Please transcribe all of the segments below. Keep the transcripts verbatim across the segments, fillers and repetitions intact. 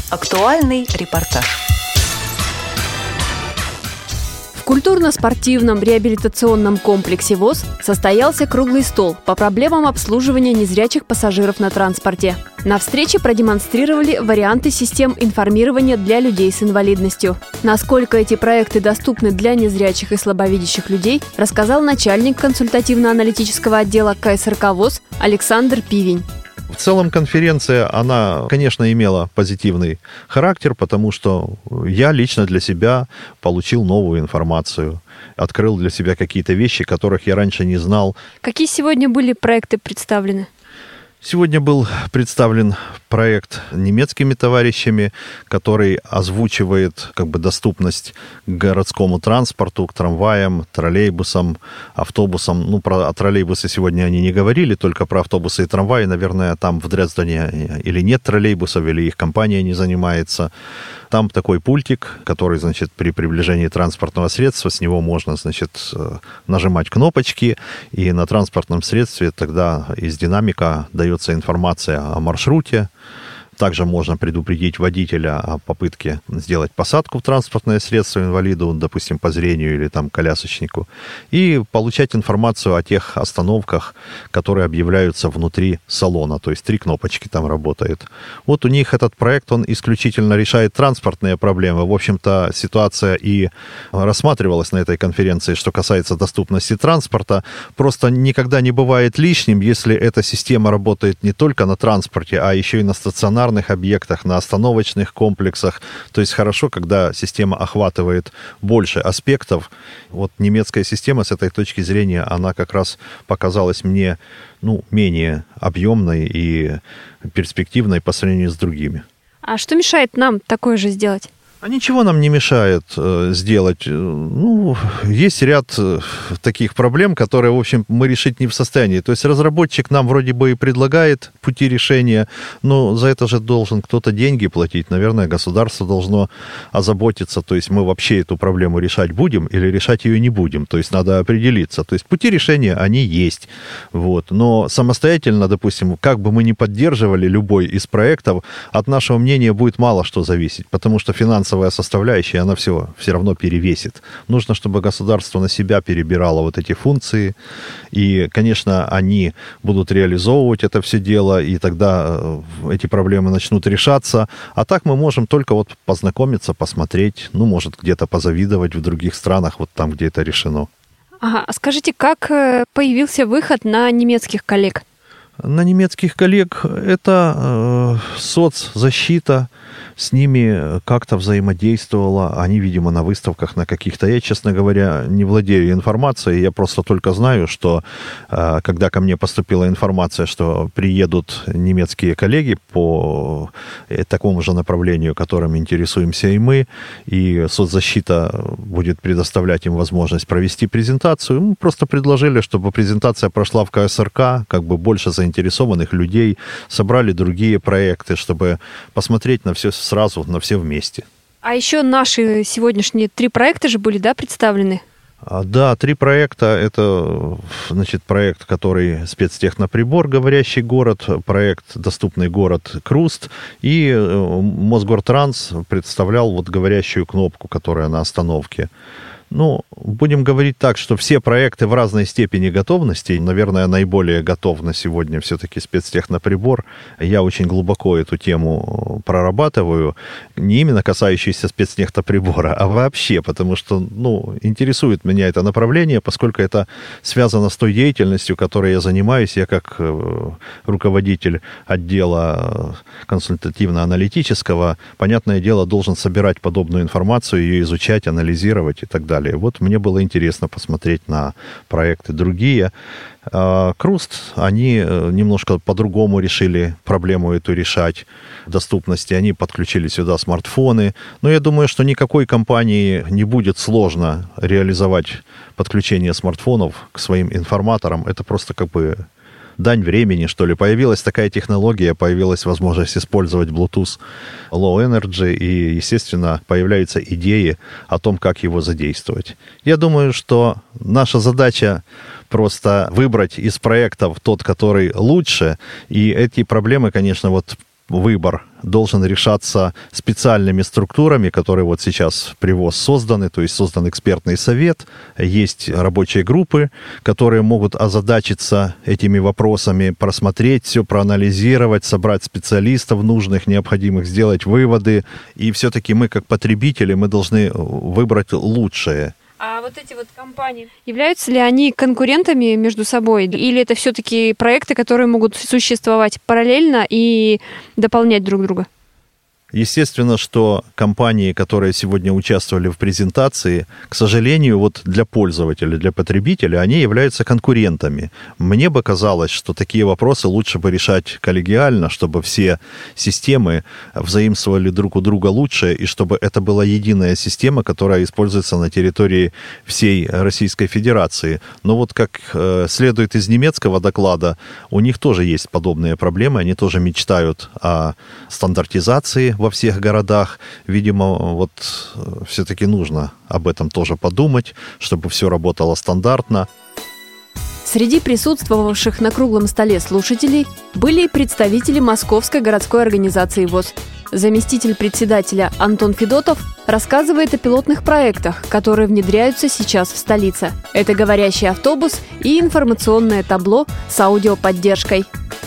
Актуальный репортаж. В культурно-спортивном реабилитационном комплексе ВОС состоялся круглый стол по проблемам обслуживания незрячих пассажиров на транспорте. На встрече продемонстрировали варианты систем информирования для людей с инвалидностью. Насколько эти проекты доступны для незрячих и слабовидящих людей, рассказал начальник консультативно-аналитического отдела ка эс эр ка ВОС Александр Пивень. В целом конференция, она, конечно, имела позитивный характер, потому что я лично для себя получил новую информацию, открыл для себя какие-то вещи, которых я раньше не знал. Какие сегодня были проекты представлены? Сегодня был представлен проект немецкими товарищами, который озвучивает как бы доступность к городскому транспорту, к трамваям, троллейбусам, автобусам. Ну, про троллейбусы сегодня они не говорили, только про автобусы и трамваи. Наверное, там в Дрездене или нет троллейбусов, или их компания не занимается. Там такой пультик, который, значит, при приближении транспортного средства, с него можно, значит, нажимать кнопочки, и на транспортном средстве тогда из динамика дается информация о маршруте. Также можно предупредить водителя о попытке сделать посадку в транспортное средство инвалиду, допустим, по зрению или там колясочнику, и получать информацию о тех остановках, которые объявляются внутри салона, то есть три кнопочки там работает. Вот у них этот проект, он исключительно решает транспортные проблемы. В общем-то, ситуация и рассматривалась на этой конференции, что касается доступности транспорта. Просто никогда не бывает лишним, если эта система работает не только на транспорте, а еще и на стационарном объектах, на остановочных комплексах. То есть хорошо, когда система охватывает больше аспектов. Вот немецкая система с этой точки зрения, она как раз показалась мне, ну, менее объемной и перспективной по сравнению с другими. А что мешает нам такое же сделать? А ничего нам не мешает э, сделать. Ну, есть ряд э, таких проблем, которые, в общем, мы решить не в состоянии. То есть разработчик нам вроде бы и предлагает пути решения, но за это же должен кто-то деньги платить. Наверное, государство должно озаботиться. То есть мы вообще эту проблему решать будем или решать ее не будем. То есть надо определиться. То есть пути решения, они есть. Вот. Но самостоятельно, допустим, как бы мы ни поддерживали любой из проектов, от нашего мнения будет мало что зависеть, потому что финансовая составляющая, она все, все равно перевесит. Нужно, чтобы государство на себя перебирало вот эти функции, и, конечно, они будут реализовывать это все дело, и тогда эти проблемы начнут решаться. А так мы можем только вот познакомиться, посмотреть, ну, может, где-то позавидовать в других странах, вот там, где это решено. Ага, а скажите, как появился выход на немецких коллег? На немецких коллег это э, соцзащита, с ними как-то взаимодействовала. Они, видимо, на выставках на каких-то. Я, честно говоря, не владею информацией. Я просто только знаю, что э, когда ко мне поступила информация, что приедут немецкие коллеги по э, такому же направлению, которым интересуемся и мы, и соцзащита будет предоставлять им возможность провести презентацию, мы просто предложили, чтобы презентация прошла в ка эс эр ка, как бы больше заинтересованных людей, собрали другие проекты, чтобы посмотреть на все сразу, на все вместе. А еще наши сегодняшние три проекта же были, да, представлены? Да, три проекта. Это, значит, проект, который спецтехноприбор «Говорящий город», проект «Доступный город» Круст, и Мосгортранс представлял вот говорящую кнопку, которая на остановке. Ну, будем говорить так, что все проекты в разной степени готовности. Наверное, наиболее готов на сегодня все-таки спецтехноприбор. Я очень глубоко эту тему прорабатываю. Не именно касающуюся спецтехноприбора, а вообще, потому что, ну, интересует меня это направление, поскольку это связано с той деятельностью, которой я занимаюсь. Я как руководитель отдела консультативно-аналитического, понятное дело, должен собирать подобную информацию, ее изучать, анализировать и так далее. Вот мне было интересно посмотреть на проекты другие. Круст, они немножко по-другому решили проблему эту решать, доступности. Они подключили сюда смартфоны. Но я думаю, что никакой компании не будет сложно реализовать подключение смартфонов к своим информаторам. Это просто как бы дань времени, что ли. Появилась такая технология, появилась возможность использовать Bluetooth Low Energy, и, естественно, появляются идеи о том, как его задействовать. Я думаю, что наша задача просто выбрать из проектов тот, который лучше, и эти проблемы, конечно, вот выбор должен решаться специальными структурами, которые вот сейчас при ВОС созданы, то есть создан экспертный совет, есть рабочие группы, которые могут озадачиться этими вопросами, просмотреть все, проанализировать, собрать специалистов нужных, необходимых, сделать выводы. И все-таки мы, как потребители, мы должны выбрать лучшее. А вот эти вот компании, являются ли они конкурентами между собой? Или это все-таки проекты, которые могут существовать параллельно и дополнять друг друга? Естественно, что компании, которые сегодня участвовали в презентации, к сожалению, вот для пользователя, для потребителя, они являются конкурентами. Мне бы казалось, что такие вопросы лучше бы решать коллегиально, чтобы все системы взаимствовали друг у друга лучше, и чтобы это была единая система, которая используется на территории всей Российской Федерации. Но вот как э, следует из немецкого доклада, у них тоже есть подобные проблемы, они тоже мечтают о стандартизации во всех городах. Видимо, вот все-таки нужно об этом тоже подумать, чтобы все работало стандартно. Среди присутствовавших на круглом столе слушателей были и представители Московской городской организации ВОС. Заместитель председателя Антон Федотов рассказывает о пилотных проектах, которые внедряются сейчас в столице. Это говорящий автобус и информационное табло с аудиоподдержкой.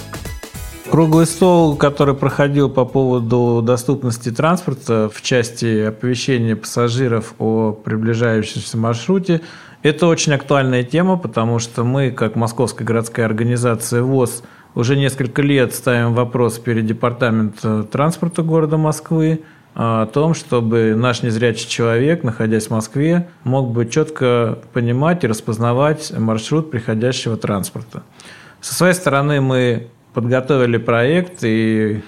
Круглый стол, который проходил по поводу доступности транспорта в части оповещения пассажиров о приближающемся маршруте, это очень актуальная тема, потому что мы, как Московская городская организация ВОС, уже несколько лет ставим вопрос перед департаментом транспорта города Москвы о том, чтобы наш незрячий человек, находясь в Москве, мог бы четко понимать и распознавать маршрут приходящего транспорта. Со своей стороны мы подготовили проект, и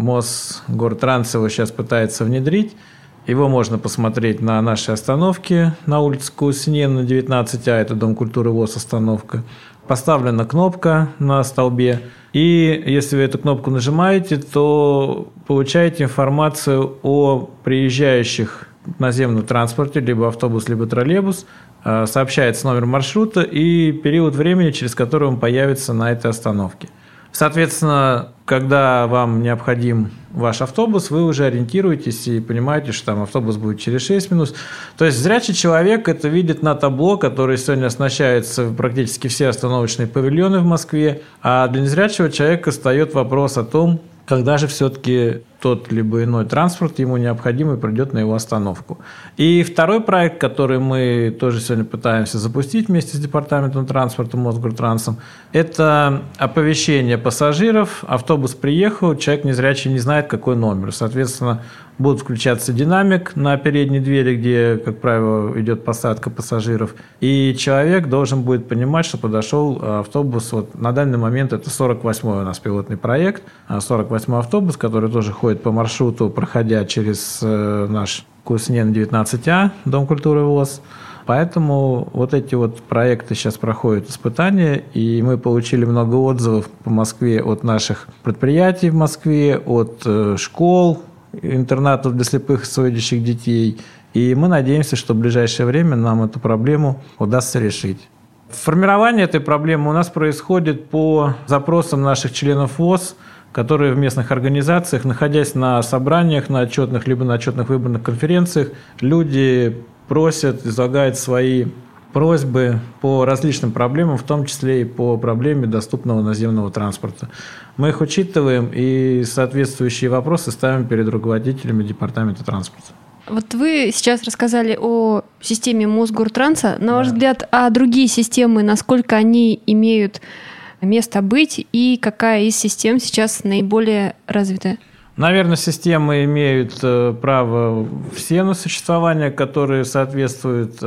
Мосгортранс его сейчас пытается внедрить. Его можно посмотреть на нашей остановке на улице Куснена, девятнадцать А, это Дом культуры ВОС остановка. Поставлена кнопка на столбе, и если вы эту кнопку нажимаете, то получаете информацию о приезжающих наземном транспорте, либо автобус, либо троллейбус. Сообщается номер маршрута и период времени, через который он появится на этой остановке. Соответственно, когда вам необходим ваш автобус, вы уже ориентируетесь и понимаете, что там автобус будет через шесть минут. То есть зрячий человек это видит на табло, которое сегодня оснащается практически все остановочные павильоны в Москве, а для незрячего человека встает вопрос о том, когда же все-таки тот либо иной транспорт ему необходим и придет на его остановку. И второй проект, который мы тоже сегодня пытаемся запустить вместе с департаментом транспорта Мосгортрансом, это оповещение пассажиров. Автобус приехал, человек незрячий не знает, какой номер. Соответственно, будет включаться динамик на передней двери, где, как правило, идет посадка пассажиров. И человек должен будет понимать, что подошел автобус. Вот на данный момент это сорок восьмой у нас пилотный проект. сорок восьмой автобус, который тоже ходит по маршруту, проходя через наш Куснен девятнадцать А, Дом культуры ВОС. Поэтому вот эти вот проекты сейчас проходят испытания, и мы получили много отзывов по Москве от наших предприятий в Москве, от школ, интернатов для слепых и слабовидящих детей. И мы надеемся, что в ближайшее время нам эту проблему удастся решить. Формирование этой проблемы у нас происходит по запросам наших членов ВОС, которые в местных организациях, находясь на собраниях, на отчетных либо на отчетных выборных конференциях, люди просят, излагают свои просьбы по различным проблемам, в том числе и по проблеме доступного наземного транспорта. Мы их учитываем и соответствующие вопросы ставим перед руководителями департамента транспорта. Вот вы сейчас рассказали о системе Мосгортранса. На ваш да. взгляд, а другие системы, насколько они имеют место быть и какая из систем сейчас наиболее развитая? Наверное, системы имеют право все на существование, которые соответствуют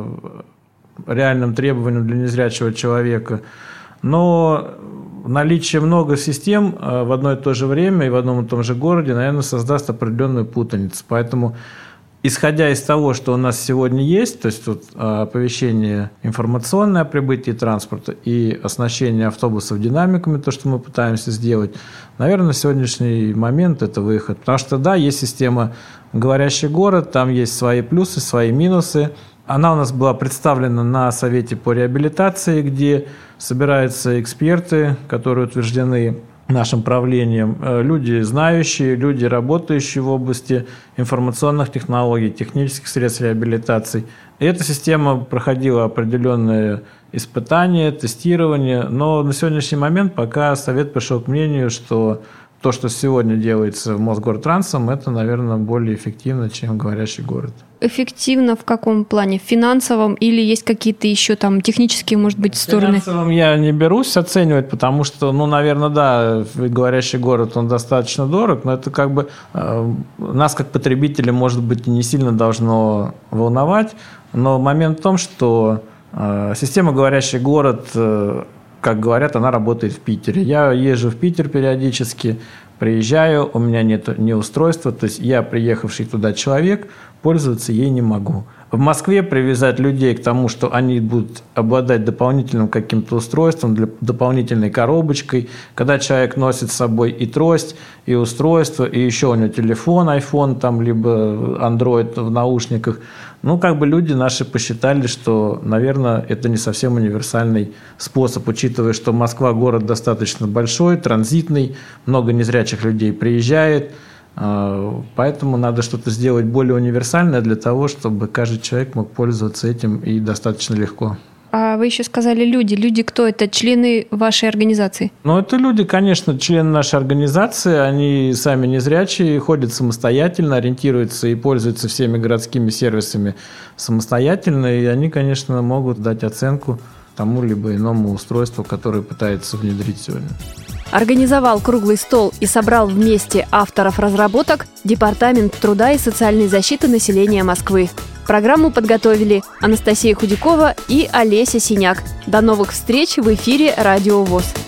реальным требованиям для незрячего человека. Но наличие много систем в одно и то же время и в одном и том же городе, наверное, создаст определенную путаницу. Поэтому, исходя из того, что у нас сегодня есть, то есть вот оповещение информационное о прибытии транспорта и оснащение автобусов динамиками, то, что мы пытаемся сделать, наверное, на сегодняшний момент это выход. Потому что, да, есть система «Говорящий город», там есть свои плюсы, свои минусы. Она у нас была представлена на Совете по реабилитации, где собираются эксперты, которые утверждены нашим правлением, люди знающие, люди, работающие в области информационных технологий, технических средств реабилитации. И эта система проходила определенные испытания, тестирование, но на сегодняшний момент пока Совет пришел к мнению, что то, что сегодня делается Мосгортрансом, это, наверное, более эффективно, чем говорящий город. Эффективно в каком плане? В финансовом или есть какие-то еще там технические, может быть, стороны? В финансовом я не берусь оценивать, потому что, ну, наверное, да, говорящий город, он достаточно дорог, но это как бы э, нас, как потребителя, может быть, не сильно должно волновать, но момент в том, что э, система «Говорящий город», э, как говорят, она работает в Питере. Я езжу в Питер периодически, приезжаю, у меня нет ни устройства, то есть я, приехавший туда человек, пользоваться ей не могу. В Москве привязать людей к тому, что они будут обладать дополнительным каким-то устройством, для, дополнительной коробочкой, когда человек носит с собой и трость, и устройство, и еще у него телефон, iPhone, там, либо Android в наушниках. Ну, как бы люди наши посчитали, что, наверное, это не совсем универсальный способ, учитывая, что Москва город достаточно большой, транзитный, много незрячих людей приезжает. Поэтому надо что-то сделать более универсальное для того, чтобы каждый человек мог пользоваться этим и достаточно легко. А вы еще сказали люди. Люди кто? Это члены вашей организации? Ну, это люди, конечно, члены нашей организации. Они сами незрячие, ходят самостоятельно, ориентируются и пользуются всеми городскими сервисами самостоятельно. И они, конечно, могут дать оценку тому либо иному устройству, которое пытается внедрить сегодня. Организовал круглый стол и собрал вместе авторов разработок Департамент труда и социальной защиты населения Москвы. Программу подготовили Анастасия Худякова и Олеся Синяк. До новых встреч в эфире Радио ВОС.